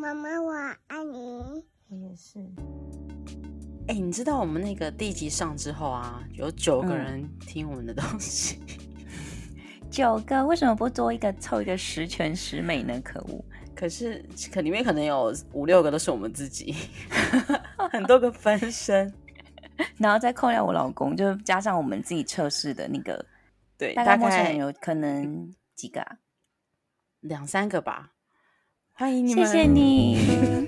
妈妈，我爱你。 我也是。 你知道我们那个第一集上之后啊，有9个人听我们的东西。 9个，为什么不多一个凑一个十全十美呢？可恶！ 可是里面可能有5-6个都是我们自己，很多个分身， 然后再扣掉我老公，就加上我们自己测试的那个， 对， 大概陌生人有可能几个啊 ？2-3个吧。欢迎你们， 谢谢你。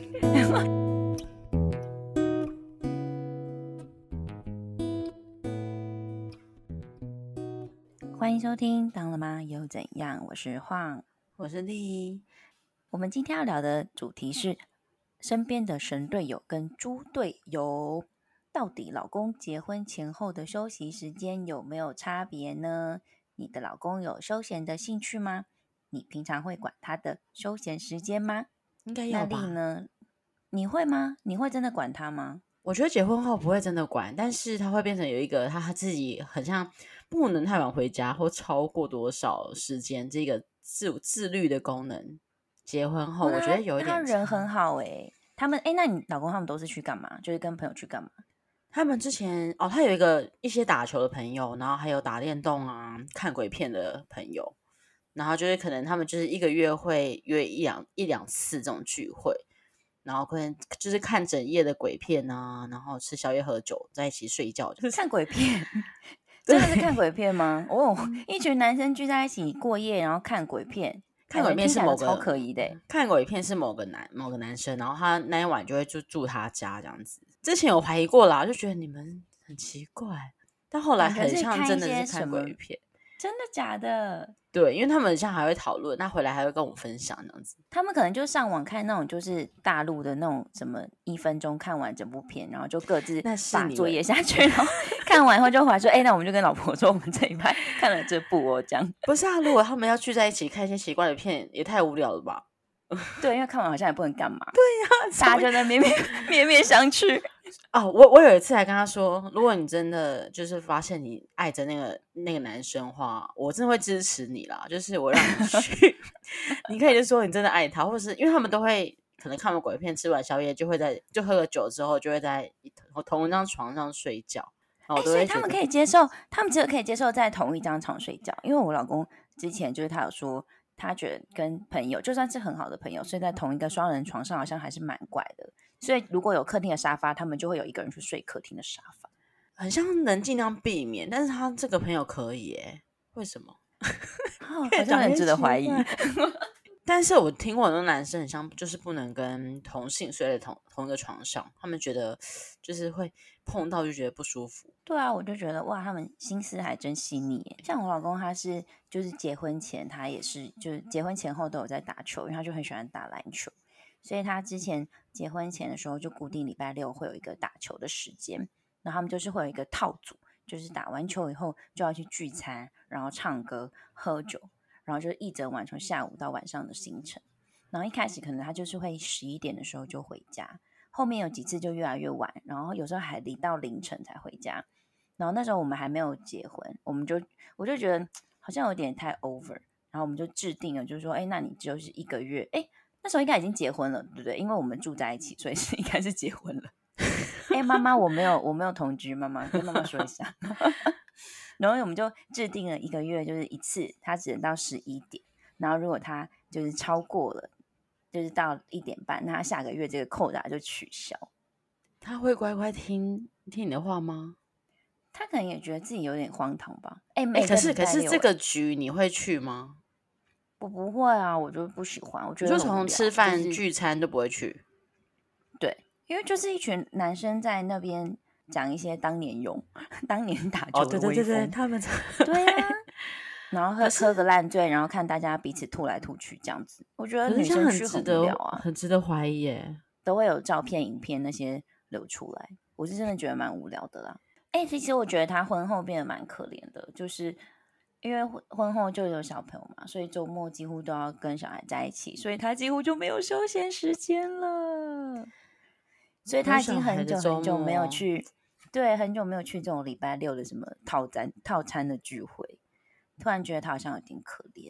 欢迎收听《当了妈又怎样》，我是晃， 我是丽。 我们今天要聊的主题是身边的神队友跟猪队友，到底老公结婚前后的休息时间有没有差别呢？你的老公有休闲的兴趣吗？你平常会管他的休闲时间吗？ 应该有吧。 那丽呢？你会吗？你会真的管他吗？ 我觉得结婚后不会真的管，但是他会变成有一个他自己很像不能太晚回家或超过多少时间这个自律的功能。结婚后我觉得有一点差。 他人很好他们那你老公他们都是去干嘛？就是跟朋友去干嘛？ 他们之前他有一些打球的朋友，然后还有打电动啊、看鬼片的朋友，然后就是可能他们就是1个月会约一两次这种聚会，然后可能就是看整夜的鬼片啊，然后吃宵夜喝酒，在一起睡觉，就是看鬼片。真的是看鬼片吗？一群男生聚在一起过夜，然后看鬼片。 看鬼片是某个超可疑的看鬼片是某个男生，然后他那一晚就会住他家这样子。之前有怀疑过啦，就觉得你们很奇怪，但后来很像真的是看鬼片。 真的假的？ 对，因为他们像还会讨论，那回来还会跟我们分享这样子。 他们可能就上网看那种就是大陆的那种什么1分钟看完整部片，然后就各自把作业下去，然后看完以后就回来说那我们就跟老婆说我们这一派看了这部这样。 不是啊，如果他们要聚在一起看一些奇怪的片也太无聊了吧。 对，因为看完好像也不能干嘛。 对呀， 大家就在面面相觑。 我有一次还跟他说，如果你真的就是发现你爱着那个男生的话，我真的会支持你啦，就是我让你去。你可以就说你真的爱他，或者是因为他们都会可能看完鬼片吃完宵夜就喝了酒之后就会在同一张床上睡觉。 所以他们可以接受，他们只有可以接受在同一张床睡觉。因为我老公之前就是他有说，他觉得跟朋友就算是很好的朋友睡在同一个双人床上好像还是蛮怪的，所以如果有客厅的沙发，他们就会有一个人去睡客厅的沙发， 很像能尽量避免。但是他这个朋友可以为什么？ 好像很值得怀疑。 但是我听过很多男生很像就是不能跟同性睡在同一个床上，他们觉得就是会碰到就觉得不舒服。 对啊，我就觉得哇，他们心思还真细腻。像我老公他是就是结婚前他也是就是结婚前后都有在打球，因为他就很喜欢打篮球，所以他之前结婚前的时候就固定礼拜6会有一个打球的时间，然后他们就是会有一个套组，就是打完球以后就要去聚餐，然后唱歌喝酒，然后就是一整晚从下午到晚上的行程。然后一开始可能他就是会11点的时候就回家，后面有几次就越来越晚，然后有时候还到凌晨才回家。然后那时候我们还没有结婚，我就觉得好像有点太 over， 然后我们就制定了，就是说那你就是1个月，那时候应该已经结婚了，对不对？因为我们住在一起，所以是应该是结婚了。妈妈，我没有同居，妈妈跟妈妈说一下。然后我们就制定了1个月，就是一次他只能到11点，然后如果他就是超过了，就是到1点半，那他下个月这个扣打就取消。 他会乖乖听你的话吗？ 他可能也觉得自己有点荒唐吧。 可是这个局你会去吗？ 我不会啊，我就不喜欢。我觉得就从吃饭聚餐都不会去。 对，因为就是一群男生在那边讲一些当年打球的威风。 对，他们对啊，然后喝个烂醉，然后看大家彼此吐来吐去这样子。我觉得女生去很无聊啊， 很值得怀疑耶。 都会有照片、影片那些流出来，我是真的觉得蛮无聊的啦。其实我觉得他婚后变得蛮可怜的，就是因为婚后就有小朋友嘛，所以周末几乎都要跟小孩在一起，所以他几乎就没有休闲时间了。所以他已经很久没有去，对，很久没有去这种礼拜6的什么套餐的聚会，突然觉得他好像有点可怜。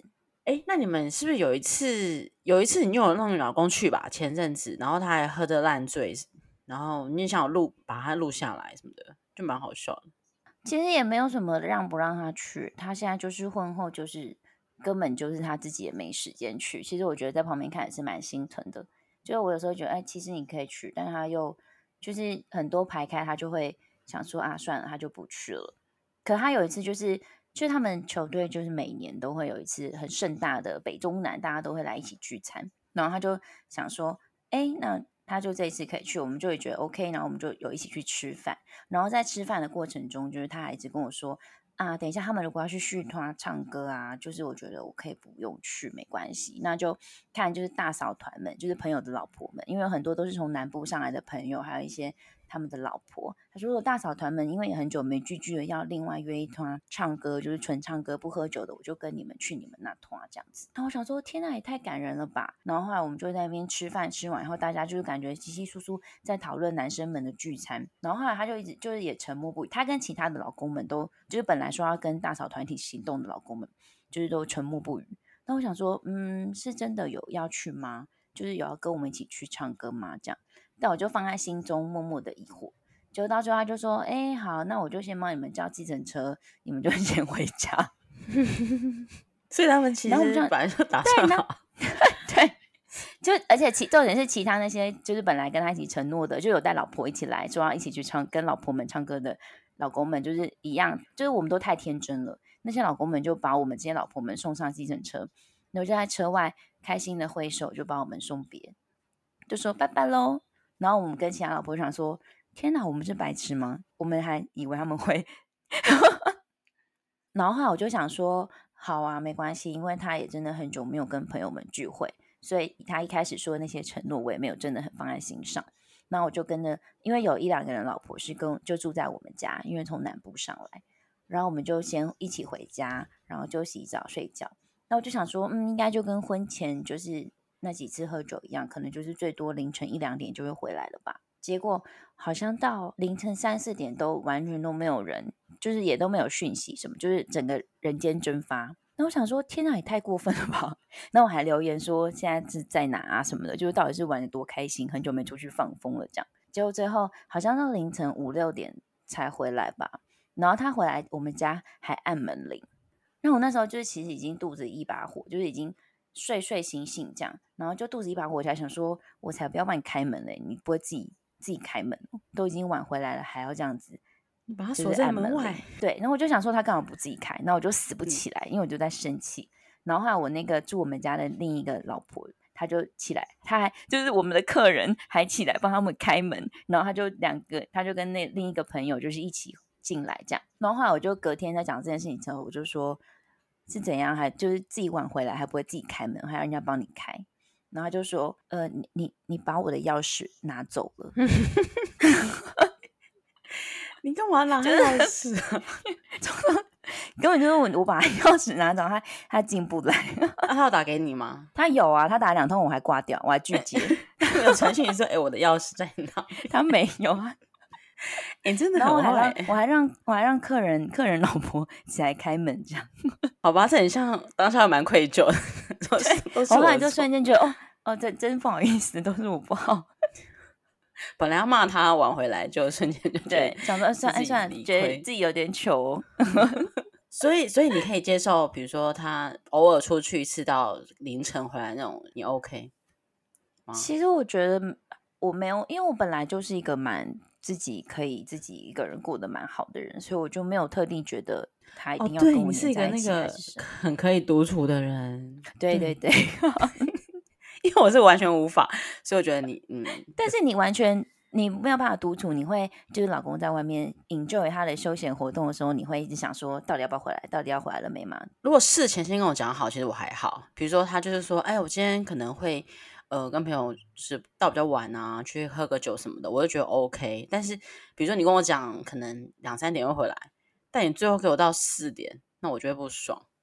那你们是不是有一次你有让你老公去吧？前阵子，然后他还喝得烂醉，然后你想把他录下来什么的，就蛮好笑的。 其实也没有什么让不让他去，他现在就是婚后就是根本就是他自己也没时间去。其实我觉得在旁边看也是蛮心疼的，就是我有时候觉得，其实你可以去，但他又就是很多排开，他就会想说啊，算了，他就不去了。可他有一次就是他们球队就是每年都会有一次很盛大的北中南，大家都会来一起聚餐，然后他就想说，那他就这一次可以去，我们就也觉得 OK， 然后我们就有一起去吃饭。然后在吃饭的过程中，就是他还一直跟我说啊，等一下他们如果要去续团唱歌啊，就是我觉得我可以不用去，没关系。那就看就是大嫂团们，就是朋友的老婆们，因为有很多都是从南部上来的朋友，还有一些他们的老婆。他说，如果大嫂团们因为很久没聚了，要另外约一团唱歌，就是纯唱歌不喝酒的，我就跟你们去你们那团这样子。然后我想说，天哪，也太感人了吧！然后后来我们就在那边吃饭，吃完以后大家就是感觉稀稀疏疏在讨论男生们的聚餐。然后后来他就一直就是也沉默不语，他跟其他的老公们都就是本来说要跟大嫂团体行动的老公们，就是都沉默不语。那我想说，是真的有要去吗？就是有要跟我们一起去唱歌吗？这样，但我就放在心中，默默的疑惑。就到最后他就说，好，那我就先帮你们叫计程车，你们就先回家。 所以他们其实本来就打算好。 对，就而且重点是其他那些就是本来跟他一起承诺的，就有带老婆一起来说要一起去唱，跟老婆们唱歌的老公们就是一样，就是我们都太天真了。那些老公们就把我们这些老婆们送上计程车，然后就在车外开心的挥手，就把我们送别，就说拜拜咯。然后我们跟其他老婆想说，天哪，我们是白痴吗？我们还以为他们会然后后来我就想说，好啊，没关系，因为他也真的很久没有跟朋友们聚会，所以他一开始说的那些承诺，我也没有真的很放在心上。那我就跟着，因为有1-2个人老婆是就住在我们家，因为从南部上来，然后我们就先一起回家，然后就洗澡睡觉。那我就想说，应该就跟婚前就是那几次喝酒一样，可能就是最多凌晨1-2点就会回来了吧。结果好像到凌晨3-4点都完全都没有人，就是也都没有讯息什么，就是整个人间蒸发。那我想说，天哪，也太过分了吧！那我还留言说现在是在哪啊什么的，就是到底是玩得多开心，很久没出去放风了这样。结果最后好像到凌晨5-6点才回来吧。然后他回来，我们家还按门铃。然后我那时候就是其实已经肚子一把火，就是已经睡醒醒这样，然后就肚子一把火，我才想说，我才不要帮你开门嘞，你不会自己开门，都已经晚回来了，还要这样子， 你把他锁在门外。 对，然后我就想说他干嘛不自己开，然后我就死不起来，因为我就在生气。然后后来我那个住我们家的另一个老婆，他就起来，他还就是我们的客人还起来帮他们开门，然后他就跟那另一个朋友就是一起进来这样。然后后来我就隔天在讲这件事情之后，我就说是怎样，还就是自己晚回来还不会自己开门，还要人家帮你开。然后他就说你把我的钥匙拿走了。 你干嘛拿钥匙啊？ 根本就是我把钥匙拿走，他进不来。 他有打给你吗？ 他有啊，他打2通我还挂掉，我还拒接。 他有传讯说我的钥匙在哪？ 他没有啊。 真的很坏。 我还让客人老婆起来开门这样。 好吧，这很像当下蛮愧疚的。 我后来就瞬间觉得真不好意思，都是我不好。 本来要骂他晚回来，就瞬间就对想说算了，觉得自己有点糗。 所以你可以接受，比如说他偶尔出去一次到凌晨回来那种，你 OK 吗？ 其实我觉得我没有，因为我本来就是一个自己可以自己一个人过得蛮好的人，所以我就没有特地觉得他一定要跟我黏在一起。 对，你是一个那个很可以独处的人。 对。 因为我是完全无法，所以我觉得你但是你完全你没有办法独处，你会就是老公在外面 enjoy 他的休闲活动的时候，你会一直想说到底要不要回来，到底要回来了没吗？ 如果事前先跟我讲好，其实我还好。比如说他就是说我今天可能会跟朋友是到比较晚啊，去喝个酒什么的，我就觉得 OK。但是比如说你跟我讲可能2-3点会回来，但你最后给我到4点，那我就会不爽。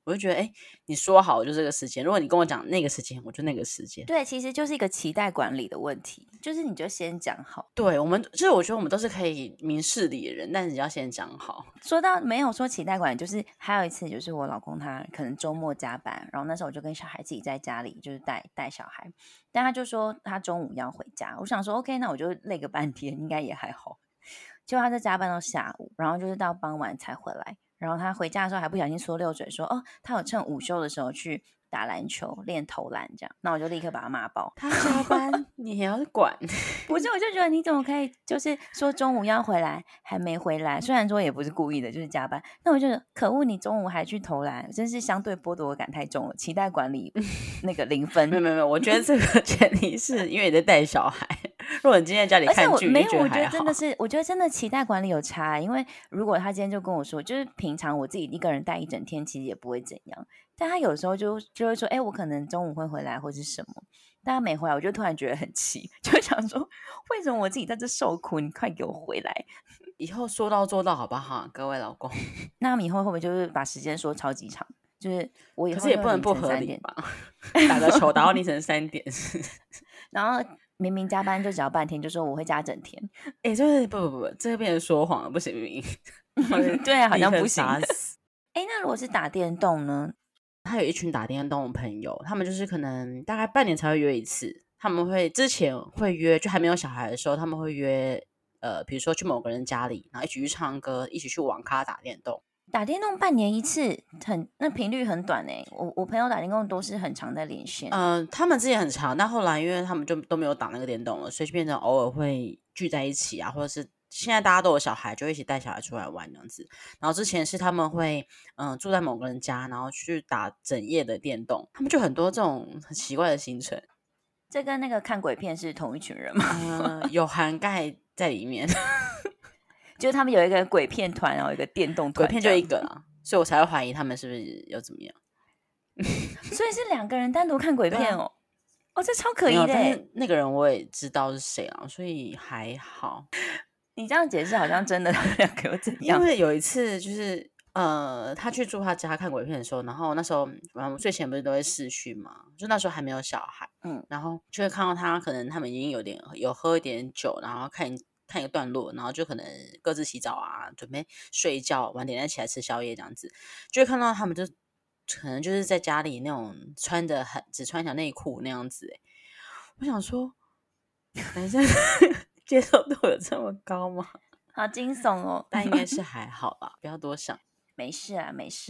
我就觉得你说好就这个时间，如果你跟我讲那个时间，我就那个时间。 对，其实就是一个期待管理的问题，就是你就先讲好。 对，就是我觉得我们都是可以明事理的人，但是你要先讲好。 说到没有说期待管理，就是还有一次，就是我老公他可能周末加班，然后那时候我就跟小孩自己在家里就是带小孩，但他就说他中午要回家，我想说 OK， 那我就累个半天，应该也还好。结果他在加班到下午，然后就是到傍晚才回来，然后他回家的时候还不小心说溜嘴说他有趁午休的时候去打篮球练投篮这样，那我就立刻把他骂爆。 他加班你也要管？ 不是，我就觉得你怎么可以就是说中午要回来还没回来，虽然说也不是故意的，就是加班，那我就觉得可恶，你中午还去投篮，真是相对剥夺感太重了，期待管理那个0分。 没有，我觉得这个前提是因为你在带小孩，如果你今天在家里看剧， 没有，我觉得得真的是，我觉得真的期待管理有差，因为如果他今天就跟我说，就是平常我自己一个人带一整天，其实也不会怎样，但他有时候就会说，我可能中午会回来或是什么，但他没回来，我就突然觉得很气，就想说，为什么我自己在这受苦，你快给我回来！ 以后说到做到好不好，各位老公？ 那他们以后会不会就是把时间说超级长？就是我以后可是也不能不合理吧？打个球打到凌晨3点， 然后明明加班就只要半天，就说我会加整天。 就是不，这个变成说谎了，不行。 对啊，好像不行。那如果是打电动呢？ 他有一群打电动的朋友，他们就是可能大概半年才会约一次。他们会之前会约，就还没有小孩的时候，他们会约比如说去某个人家里，然后一起去唱歌，一起去网咖打电动。 打电动半年一次，那频率很短我朋友打电动都是很常在连线。 他们之前很长，但后来因为他们就都没有打那个电动了，所以就变成偶尔会聚在一起啊，或者是现在大家都有小孩，就一起带小孩出来玩这样子。然后之前是他们会住在某个人家，然后去打整夜的电动，他们就很多这种很奇怪的行程。 这跟那个看鬼片是同一群人吗？ 有涵盖在里面。 就是他们有一个鬼片团，然后一个电动团， 鬼片就一个啦，所以我才会怀疑他们是不是有怎么样。 所以是2个人单独看鬼片哦。这超可疑的。 但是那个人我也知道是谁啊，所以还好。 你这样解释好像真的他们2个有怎样？ 因为有一次就是他去住他家看鬼片的时候，然后那时候睡前不是都会视讯嘛，就那时候还没有小孩，然后就会看到他可能他们已经有喝一点酒，然后看一个段落，然后就可能各自洗澡啊，准备睡觉，晚点再起来吃宵夜这样子，就会看到他们就可能就是在家里那种只穿一条内裤那样子。我想说，男生接受度有这么高吗？ 好惊悚哦！ 但应该是还好啦，不要多想。 没事啊，没事。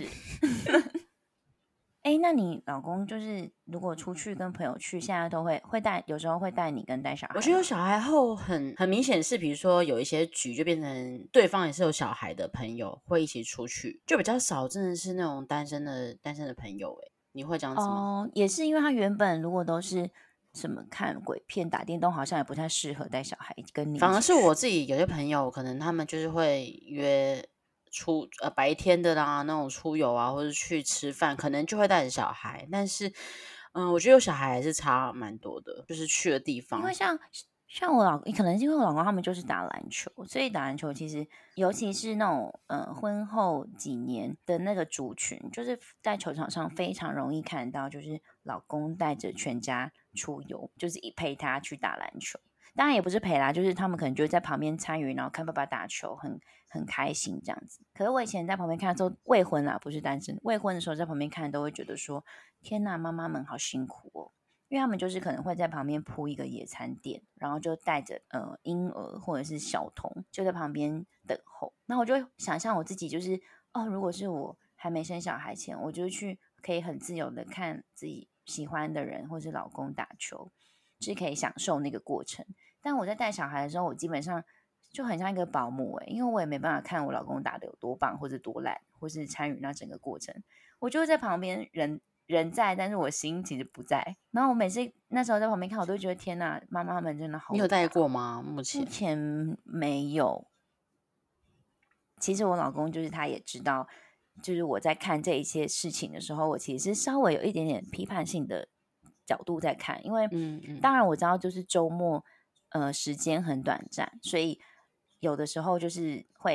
那你老公就是如果出去跟朋友去，现在都会带，有时候会带你跟带小孩吗？ 我觉得有小孩后很明显是，比如说有一些局就变成对方也是有小孩的朋友会一起出去，就比较少真的是那种单身的朋友。你会这样子吗？ 也是因为他原本如果都是什么看鬼片打电动，好像也不太适合带小孩跟你。 反而是我自己有些朋友可能他们就是会约白天的啦，那种出游啊，或者去吃饭，可能就会带着小孩。但是我觉得有小孩还是差蛮多的，就是去的地方。 因为像我老公，可能是因为我老公他们就是打篮球，所以打篮球其实尤其是那种婚后几年的那个族群，就是在球场上非常容易看到，就是老公带着全家出游，就是陪他去打篮球。当然也不是陪啦，就是他们可能就在旁边参与，然后看爸爸打球，很开心这样子。可是我以前在旁边看的时候，未婚啦，不是单身，未婚的时候在旁边看都会觉得说，天哪，妈妈们好辛苦哦，因为他们就是可能会在旁边铺一个野餐垫，然后就带着婴儿或者是小童就在旁边等候。那我就想象我自己就是如果是我还没生小孩前，我就去可以很自由的看自己喜欢的人或是老公打球，就是可以享受那个过程。但我在带小孩的时候，我基本上就很像一个保姆因为我也没办法看我老公打的有多棒或者多烂，或是参与那整个过程，我就会在旁边人在，但是我心其实不在。然后我每次那时候在旁边看，我都觉得天哪，妈妈们真的好。 你有带过吗？目前没有。其实我老公就是他也知道，就是我在看这一些事情的时候，我其实是稍微有一点点批判性的角度在看，因为当然我知道就是周末时间很短暂，所以有的时候就是会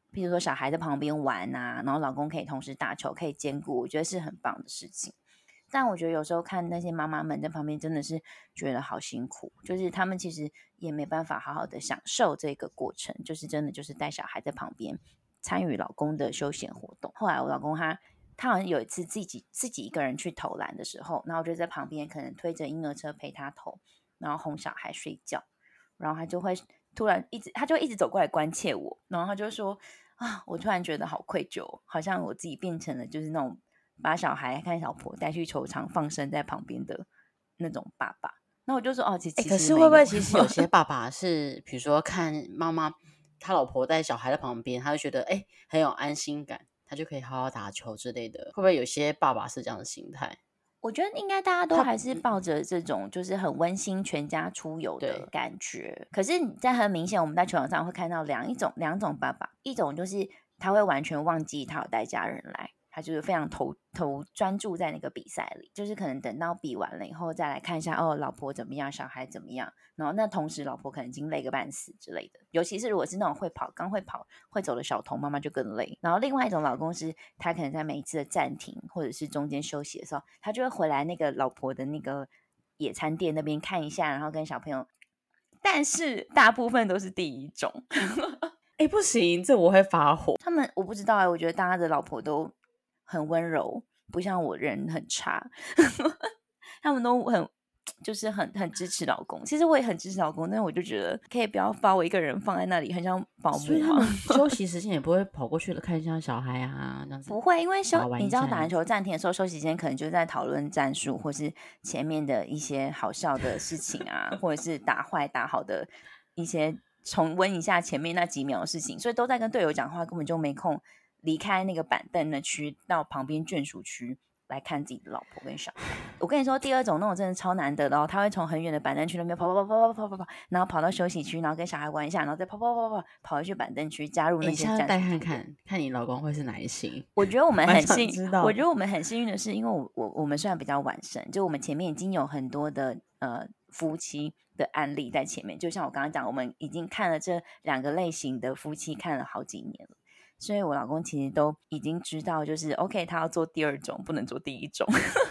譬如说小孩在旁边玩啊，然后老公可以同时打球，可以兼顾，我觉得是很棒的事情。但我觉得有时候看那些妈妈们在旁边，真的是觉得好辛苦，就是他们其实也没办法好好的享受这个过程，就是真的就是带小孩在旁边参与老公的休闲活动。后来我老公他好像有一次自己一个人去投篮的时候，然后我就在旁边可能推着婴儿车陪他投，然后哄小孩睡觉，然后他就会突然他就会一直走过来关切我，然后他就说啊，我突然觉得好愧疚，好像我自己变成了就是那种把小孩看老婆带去球场放生在旁边的那种爸爸。那我就说哦，其实可是会不会其实有些爸爸是比如说看妈妈他老婆带小孩在旁边，他就觉得很有安心感，他就可以好好打球之类的，会不会有些爸爸是这样的心态？ 我觉得应该大家都还是抱着这种就是很温馨全家出游的感觉。可是你在很明显我们在球场上会看到两种爸爸，一种就是他会完全忘记他有带家人来，他就是非常投专注在那个比赛里，就是可能等到比完了以后再来看一下哦，老婆怎么样，小孩怎么样，然后那同时老婆可能已经累个半死之类的，尤其是如果是那种刚会跑会走的小童，妈妈就更累。然后另外一种老公是他可能在每一次的暂停或者是中间休息的时候，他就会回来那个老婆的那个野餐店那边看一下，然后跟小朋友，但是大部分都是第一种不行，这我会发火。 他们我不知道我觉得大家的老婆都很温柔，不像我人很差他们都就是很支持老公。其实我也很支持老公，但是我就觉得可以不要把我一个人放在那里，很像保姆所以他们休息时间也不会跑过去看一下小孩啊，这样子不会，因为你知道打篮球暂停的时候，休息时间可能就在讨论战术，或是前面的一些好笑的事情啊，或者是打坏打好的一些重温一下前面那几秒的事情，所以都在跟队友讲话，根本就没空离开那个板凳的区到旁边眷属区来看自己的老婆跟小孩。我跟你说，第二种那种真的超难得的哦，他会从很远的板凳区那边跑，然后跑到休息区，然后跟小孩玩一下，然后再跑回去板凳区加入那些战术。 带看你老公会是哪一型？ 我觉得我们很幸运的是，因为我们虽然比较晚生，就我们前面已经有很多的夫妻的案例在前面，就像我刚刚讲，我们已经看了这两个类型的夫妻看了好几年了。所以我老公其实都已经知道，就是 OK， 他要做第二种，不能做第一种。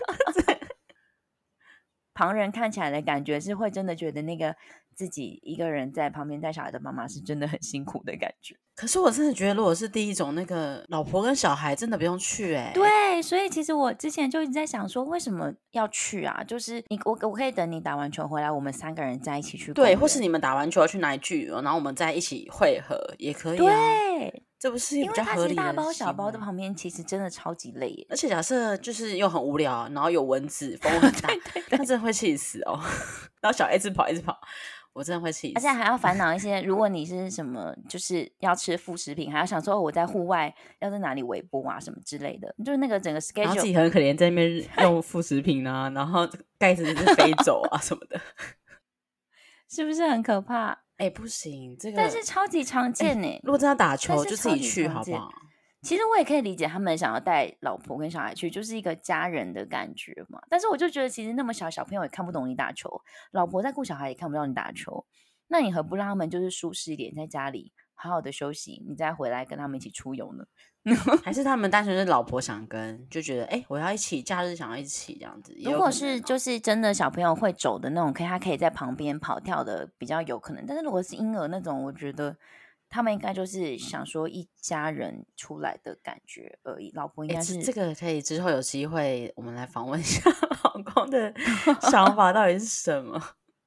旁人看起来的感觉是会真的觉得那个自己一个人在旁边带小孩的妈妈是真的很辛苦的感觉。 可是我真的觉得，如果是第一种，那个老婆跟小孩真的不用去对，所以其实我之前就一直在想说，为什么要去啊？就是我可以等你打完球回来，我们3个人在一起去。 对，或是你们打完球要去哪里聚，然后我们再一起会合也可以啊。 对， 这不是比较合理的？因为它大包小包的旁边其实真的超级累耶。 而且假设就是又很无聊，然后有蚊子，风很大，那真的会气死哦。然后小孩一直跑，我真的会气死。 而且还要烦恼一些，如果你是什么就是要吃副食品，还要想说我在户外要在哪里微波啊什么之类的，就是那个整个 schedule， 然后自己很可怜在那边用副食品啊，然后盖子是飞走啊什么的， 是不是很可怕？ 不行，这个但是超级常见呢。 如果真的打球就自己去好不好？ 其实我也可以理解他们想要带老婆跟小孩去，就是一个家人的感觉嘛。但是我就觉得其实那么小朋友也看不懂你打球，老婆在顾小孩也看不到你打球，那你何不让他们就是舒适一点，在家里好好的休息，你再回来跟他们一起出游呢？ 还是他们单纯是老婆想跟，就觉得我要一起，假日想要一起这样子。 如果是就是真的小朋友会走的那种，他可以在旁边跑跳的比较有可能。但是如果是婴儿那种，我觉得他们应该就是想说一家人出来的感觉而已。老婆应该是这个可以之后有机会我们来访问一下老公的想法到底是什么。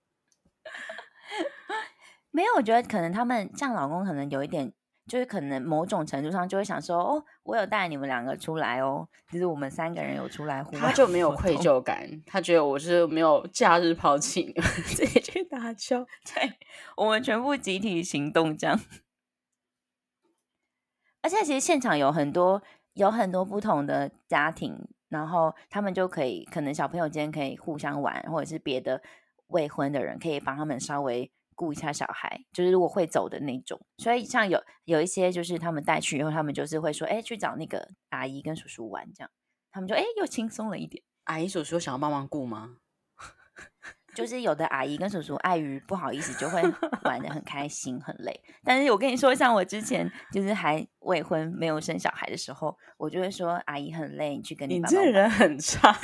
没有，我觉得可能他们像老公可能有一点，就是可能某种程度上就会想说，哦，我有带你们2个出来哦，就是我们3个人有出来户外， 他就没有愧疚感，他觉得我是没有假日抛弃你们自己去打球， 对，我们全部集体行动这样。而且其实现场有很多不同的家庭，然后他们就可能小朋友之间可以互相玩，或者是别的未婚的人可以帮他们稍微顾一下小孩，就是如果会走的那种。所以像有一些就是他们带去以后，他们就是会说去找那个阿姨跟叔叔玩，这样他们就又轻松了一点。 阿姨叔叔想要帮忙顾吗？ 就是有的阿姨跟叔叔碍于不好意思，就会玩得很开心很累。但是我跟你说，像我之前就是还未婚没有生小孩的时候，我就会说阿姨很累，你去跟你爸爸玩。 这人很差。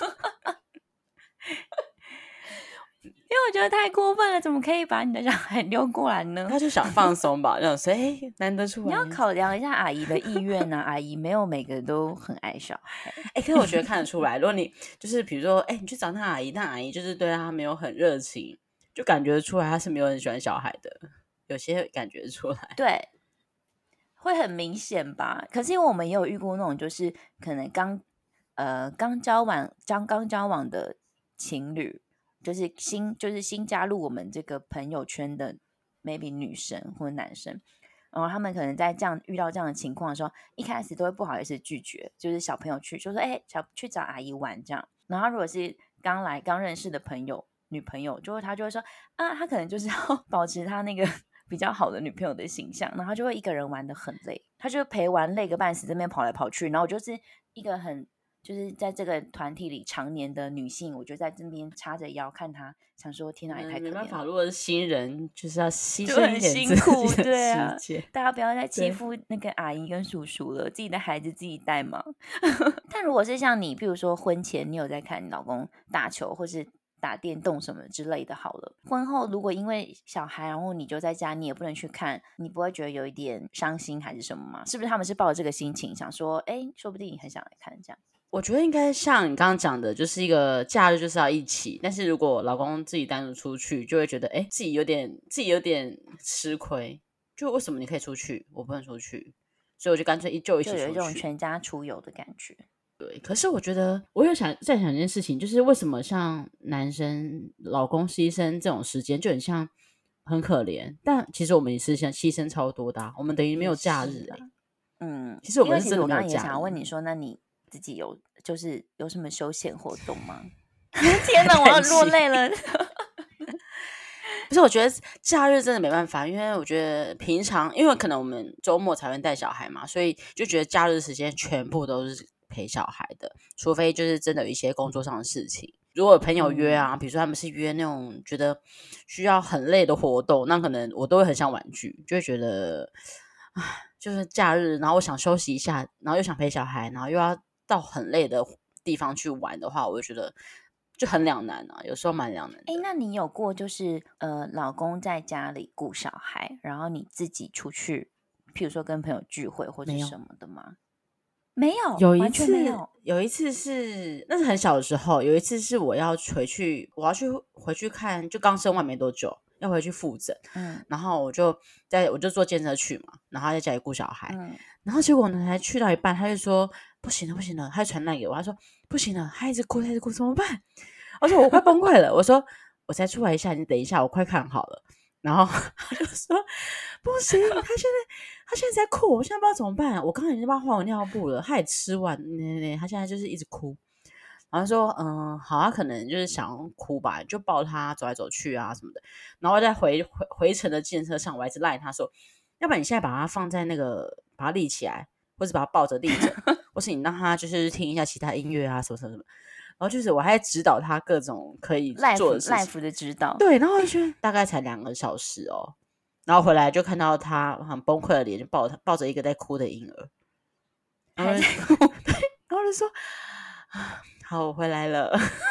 因为我觉得太过分了，怎么可以把你的小孩溜过来呢？ 他就想放松吧，让谁难得出来。 你要考量一下阿姨的意愿啊，阿姨没有每个人都很爱小孩。 可是我觉得看得出来，如果你就是比如说，你去找那阿姨，那阿姨就是对他没有很热情，就感觉出来他是没有很喜欢小孩的，有些感觉出来。 对，会很明显吧？可是因为我们也有遇过那种，就是可能刚交往的情侣。就是新加入我们这个朋友圈的 maybe 女生或者男生，然后他们可能在遇到这样的情况的时候，一开始都会不好意思拒绝，就是小朋友去就说去找阿姨玩这样。然后如果是刚认识的女朋友，他就会说他可能就是要保持他那个比较好的女朋友的形象，然后他就会一个人玩得很累，他就陪玩累个半死，这边跑来跑去，然后我就是一个就是在这个团体里常年的女性，我就在这边叉着腰看她，想说天哪，也太可怜了。 没办法，如果是新人，就是要牺就很牲一点辛苦， 自己的对啊时间。 大家不要再欺负那个阿姨跟叔叔了，自己的孩子自己带嘛。但如果是像你，比如说婚前你有在看你老公打球或是打电动什么之类的，好了，婚后如果因为小孩，然后你就在家，你也不能去看，你不会觉得有一点伤心还是什么吗？是不是他们是抱着这个心情想说，说不定你很想来看这样？ 我觉得应该像你刚刚讲的，就是一个假日就是要一起，但是如果老公自己单独出去，就会觉得自己有点吃亏，就为什么你可以出去，我不能出去，所以我就干脆一起出去， 就有一种全家出游的感觉。 对，可是我觉得我有在想一件事情，就是为什么像男生老公牺牲这种时间就很像很可怜，但其实我们也是牺牲超多的我们等于没有假日其实我们是真的没有假日。 因为其实我刚刚也想要问你说，那你自己有什么休闲活动吗？天哪，我要落泪了。 不是，我觉得假日真的没办法，因为我觉得平常因为可能我们周末才会带小孩嘛，所以就觉得假日时间全部都是陪小孩的，除非就是真的有一些工作上的事情。如果有朋友约啊，比如说他们是约那种觉得需要很累的活动，那可能我都会很想婉拒，就会觉得就是假日，然后我想休息一下，然后又想陪小孩，然后又要到很累的地方去玩的话，我就觉得就很两难有时候蛮两难的。 那你有过就是老公在家里顾小孩，然后你自己出去，譬如说跟朋友聚会或者什么的吗？没有，完全没有。 有一次是那是很小的时候，有一次是我要回去看，就刚生完没多久，要回去复诊，然后我就坐健车去嘛，然后在家里顾小孩，然后结果呢，才去到一半，他就说不行了，他就传来给我，他说不行了，他一直哭怎么办？我说我快崩溃了，我说我再出来一下，你等一下，我快看好了。然后他就说不行，他现在在哭，我现在不知道怎么办。我刚才已经帮他换完尿布了，他也吃完，他现在就是一直哭。然后说好，他可能就是想哭吧，就抱他走来走去啊什么的。然后在回程的计程车上，我还是赖他说，要不然你现在把他放在那个，把他立起来，或者把他抱着立着，或是你让他就是听一下其他音乐啊什么什么什么。然后就是我还指导他各种可以做的事情 ，life 的指导。 对，然后就大概才2个小时然后回来就看到他很崩溃的脸，就抱着一个在哭的婴儿，然后就说好，我回来了。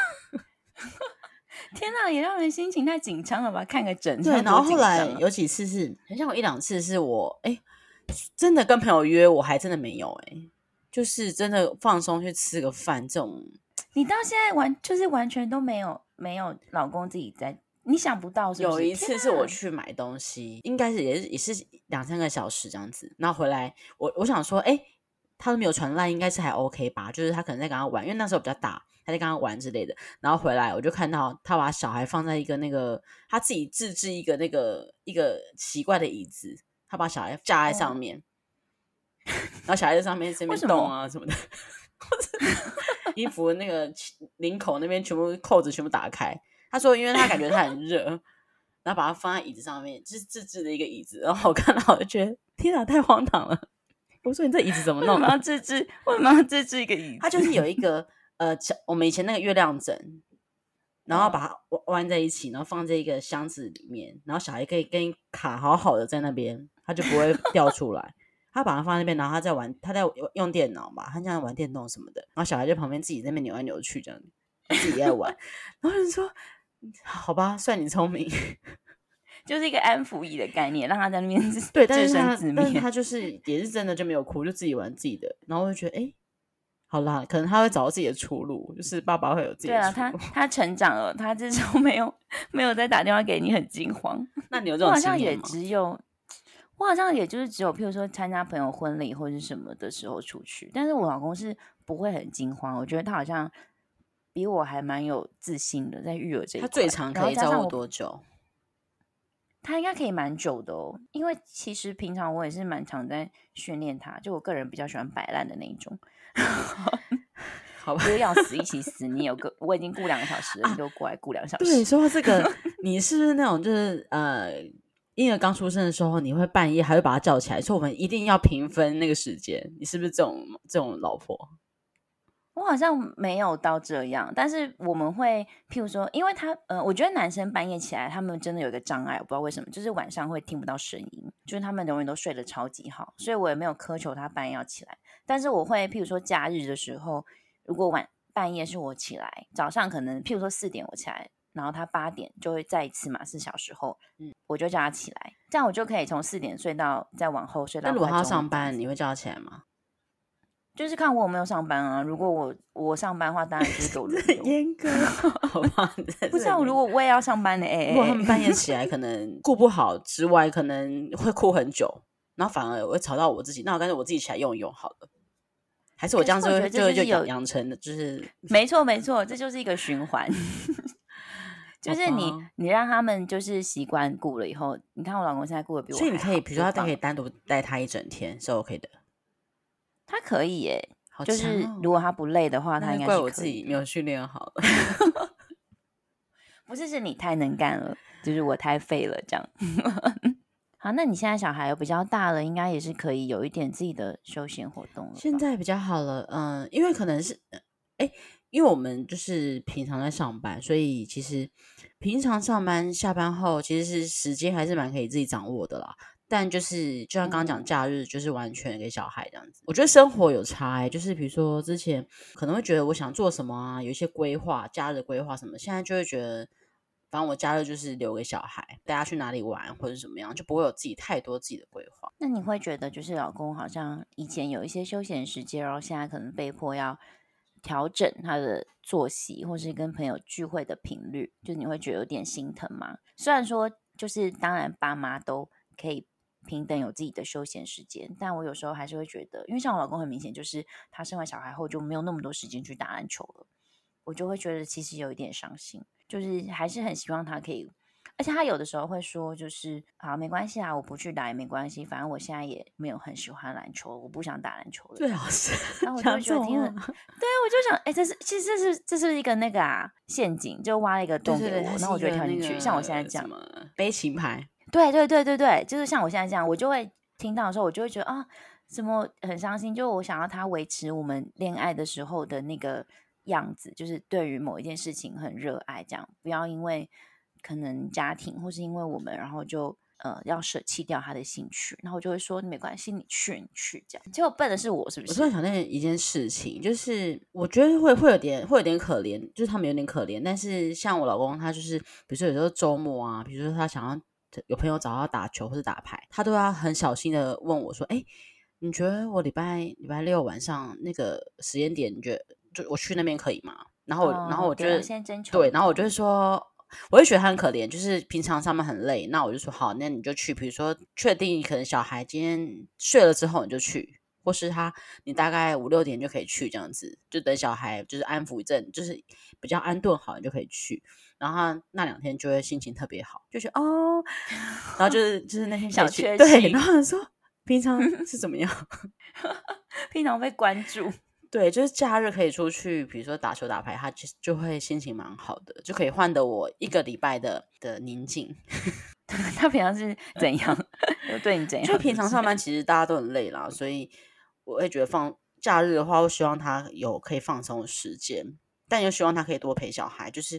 天哪，也让人心情太紧张了吧？看个诊。 对，然后后来有几次是，很像有1-2次是我真的跟朋友约，我还真的没有就是真的放松去吃个饭这种。 你到现在就是完全都没有老公自己在，你想不到是不是？ 有一次是我去买东西，应该是也是2-3个小时这样子，然后回来我想说他都没有传烂，应该是还 OK 吧，就是他可能在跟他玩，因为那时候比较大，他在跟他玩之类的。然后回来我就看到他把小孩放在一个那个他自己自制一个那个一个奇怪的椅子，他把小孩架在上面，然后小孩在上面这边动啊什么的，衣服那个领口那边扣子全部打开。他说因为他感觉他很热，然后把它放在椅子上面，就是自制的一个椅子。然后我看到我就觉得天哪，太荒唐了。我说你这椅子怎么弄？ 为什么要自制一个椅子？ 它就是有一个我们以前那个月亮枕， 然后把它弯在一起，然后放在一个箱子里面，然后小孩可以跟你卡好好的在那边，他就不会掉出来。他把它放在那边，然后他在用电脑嘛，他这样玩电动什么的，然后小孩在旁边自己在那边扭来扭去，这样自己在玩。然后就说：“好吧，算你聪明。” 就是一个安抚椅的概念，让他在那边对，但是他就是也是真的就没有哭，就自己玩自己的。然后我就觉得，好啦，可能他会找到自己的出路，就是爸爸会有自己的出路。 对啊，他成长了，他这周没有再打电话给你，很惊慌。 那你有这种经验吗？ 我好像也就是只有，譬如说参加朋友婚礼或者什么的时候出去，但是我老公是不会很惊慌，我觉得他好像比我还蛮有自信的，在育儿这一块。 他最长可以照顾多久？ 他应该可以蛮久的哦，因为其实平常我也是蛮常在训练他，就我个人比较喜欢摆烂的那一种。 好吧， 就是要死一起死，我已经顾2个小时了，你就过来顾2个小时。 对，说到这个，你是不是那种就是婴儿刚出生的时候，你会半夜还会把他叫起来，说我们一定要平分那个时间？你是不是这种老婆？ 我好像没有到这样，但是我们会，譬如说，因为我觉得男生半夜起来，他们真的有一个障碍，我不知道为什么，就是晚上会听不到声音，就是他们永远都睡得超级好，所以我也没有苛求他半夜要起来。但是我会，譬如说假日的时候，如果半夜是我起来，早上可能譬如说4点我起来，然后他8点就会再一次嘛，4小时后，我就叫他起来，这样我就可以从4点睡到再往后睡到。 那如果他要上班，你会叫他起来吗？ 就是看我有没有上班啊。如果我上班的话，当然就是给我轮流。 严格，好吧？ 不是啊，如果我也要上班的， 如果他们半夜起来，可能顾不好之外，可能会哭很久，然后反而会吵到我自己。那我干脆我自己起来用一用好了。还是我这样就养成的，就是没错，这就是一个循环。就是你让他们就是习惯顾了以后，你看我老公现在顾的比我还好， 所以你可以，比如说他可以单独带他一整天是 OK 的。 他可以耶， 好就是如果他不累的话，他应该是可以。 怪我自己没有训练好了。 不是你太能干了，就是我太废了这样。好，那你现在小孩有比较大了，应该也是可以有一点自己的休闲活动了。 现在比较好了，因为可能是因为我们就是平常在上班，所以其实平常上班下班后，其实是时间还是蛮可以自己掌握的啦。但就是就像刚刚讲，假日就是完全给小孩这样子。我觉得生活有差就是比如说之前可能会觉得我想做什么啊，有一些规划，假日规划什么，现在就会觉得反正我假日就是留给小孩，带他去哪里玩或者怎么样，就不会有自己太多自己的规划。 那你会觉得就是老公好像以前有一些休闲时间，然后现在可能被迫要调整他的作息，或是跟朋友聚会的频率，就你会觉得有点心疼吗？虽然说就是当然爸妈都可以平等有自己的休闲时间，但我有时候还是会觉得，因为像我老公很明显就是他生完小孩后就没有那么多时间去打篮球了，我就会觉得其实有一点伤心，就是还是很希望他可以，而且他有的时候会说就是好没关系啊，我不去打也没关系，反正我现在也没有很喜欢篮球，我不想打篮球了。 最好是， 然后我就会觉得听了，对，我就想，其实这是一个那个陷阱，就挖了一个洞给我，然后我就跳进去，像我现在这样， 悲情牌。 对，就是像我现在这样，我就会听到的时候，我就会觉得怎么很伤心，就我想要他维持我们恋爱的时候的那个样子，就是对于某一件事情很热爱，这样不要因为可能家庭或是因为我们，然后就要舍弃掉他的兴趣，然后我就会说没关系，你去这样。结果笨的是我，是不是？ 我突然想到一件事情，就是我觉得会有点可怜，就是他们有点可怜，但是像我老公他就是比如说有时候周末啊，比如说他想要有朋友找他打球或者打牌，他都要很小心的问我说你觉得我礼拜6晚上那个时间点，你觉得就我去那边可以吗？然后我觉得对，然后我就会说，我会觉得他很可怜，就是平常上班很累，那我就说好，那你就去，比如说确定可能小孩今天睡了之后你就去，或是你大概5、6点就可以去，这样子就等小孩就是安抚一阵，就是比较安顿好，你就可以去。然后他那2天就会心情特别好，就觉得然后就是那天小确幸， 对，然后说平常是怎么样？ 平常被关注， 对，就是假日可以出去，比如说打球打牌，他就会心情蛮好的，就可以换得我1个礼拜的宁静。 他平常是怎样？有对你怎样？ 就平常上班其实大家都很累啦，所以我会觉得放假日的话，我希望他有可以放松的时间，但又希望他可以多陪小孩。就是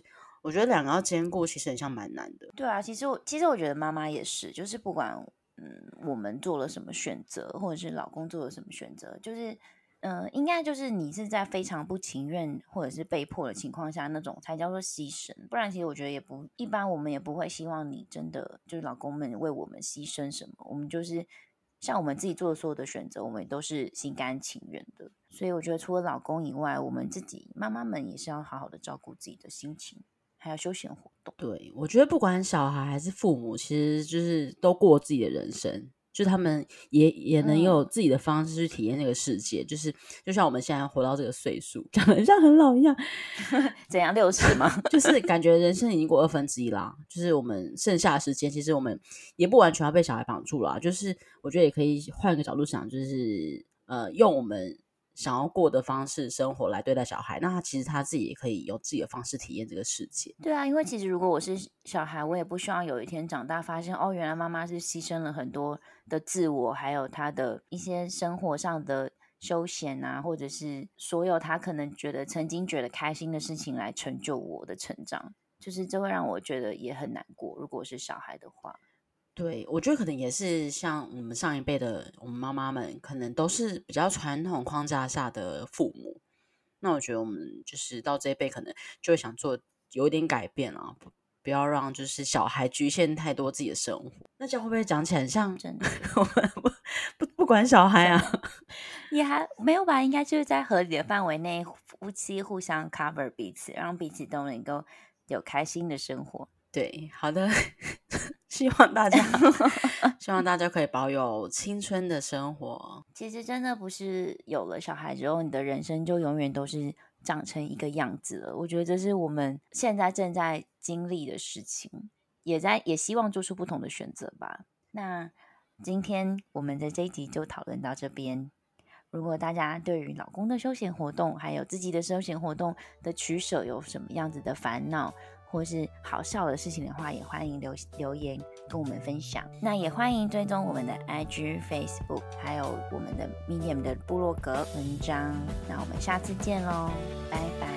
我觉得两个要兼顾，其实很像蛮难的。 对啊，其实我觉得妈妈也是，就是不管我们做了什么选择，或者是老公做了什么选择，就是应该就是你是在非常不情愿或者是被迫的情况下，那种才叫做牺牲。不然其实我觉得一般我们也不会希望你真的就是老公们为我们牺牲什么，我们就是像我们自己做的所有的选择，我们也都是心甘情愿的。所以我觉得除了老公以外，我们自己妈妈们也是要好好的照顾自己的心情，还有休闲活动。 对，我觉得不管小孩还是父母，其实就是都过自己的人生，就他们也能有自己的方式去体验这个世界。就像我们现在活到这个岁数，讲得像很老一样， 怎样60吗？ 就是感觉人生已经过1/2啦。就是我们剩下的时间，其实我们也不完全要被小孩绑住啦。就是我觉得也可以换个角度想，就是用我们想要过的方式生活来对待小孩，那其实他自己也可以有自己的方式体验这个世界。 对啊，因为其实如果我是小孩，我也不希望有一天长大发现，哦，原来妈妈是牺牲了很多的自我，还有她的一些生活上的休闲啊，或者是所有她可能曾经觉得开心的事情来成就我的成长，就是这会让我觉得也很难过。如果是小孩的话。 对，我觉得可能也是像我们上一辈的我们妈妈们，可能都是比较传统框架下的父母。那我觉得我们就是到这一辈，可能就会想做有一点改变啊，不要让就是小孩局限太多自己的生活。那这样会不会讲起来很像真的我们不管小孩啊？ 也还没有吧，应该就是在合理的范围内，夫妻互相 cover 彼此，让彼此都能够有开心的生活。 对，好的，希望大家可以保有青春的生活。 其实真的不是有了小孩之后，你的人生就永远都是长成一个样子了。我觉得这是我们现在正在经历的事情，也希望做出不同的选择吧。那今天我们的这一集就讨论到这边。如果大家对于老公的休闲活动，还有自己的休闲活动的取舍有什么样子的烦恼，或是好笑的事情的话，也欢迎留言跟我们分享。那也欢迎追踪我们的 IG、Facebook， 还有我们的 Medium 的部落格文章。那我们下次见咯，拜拜。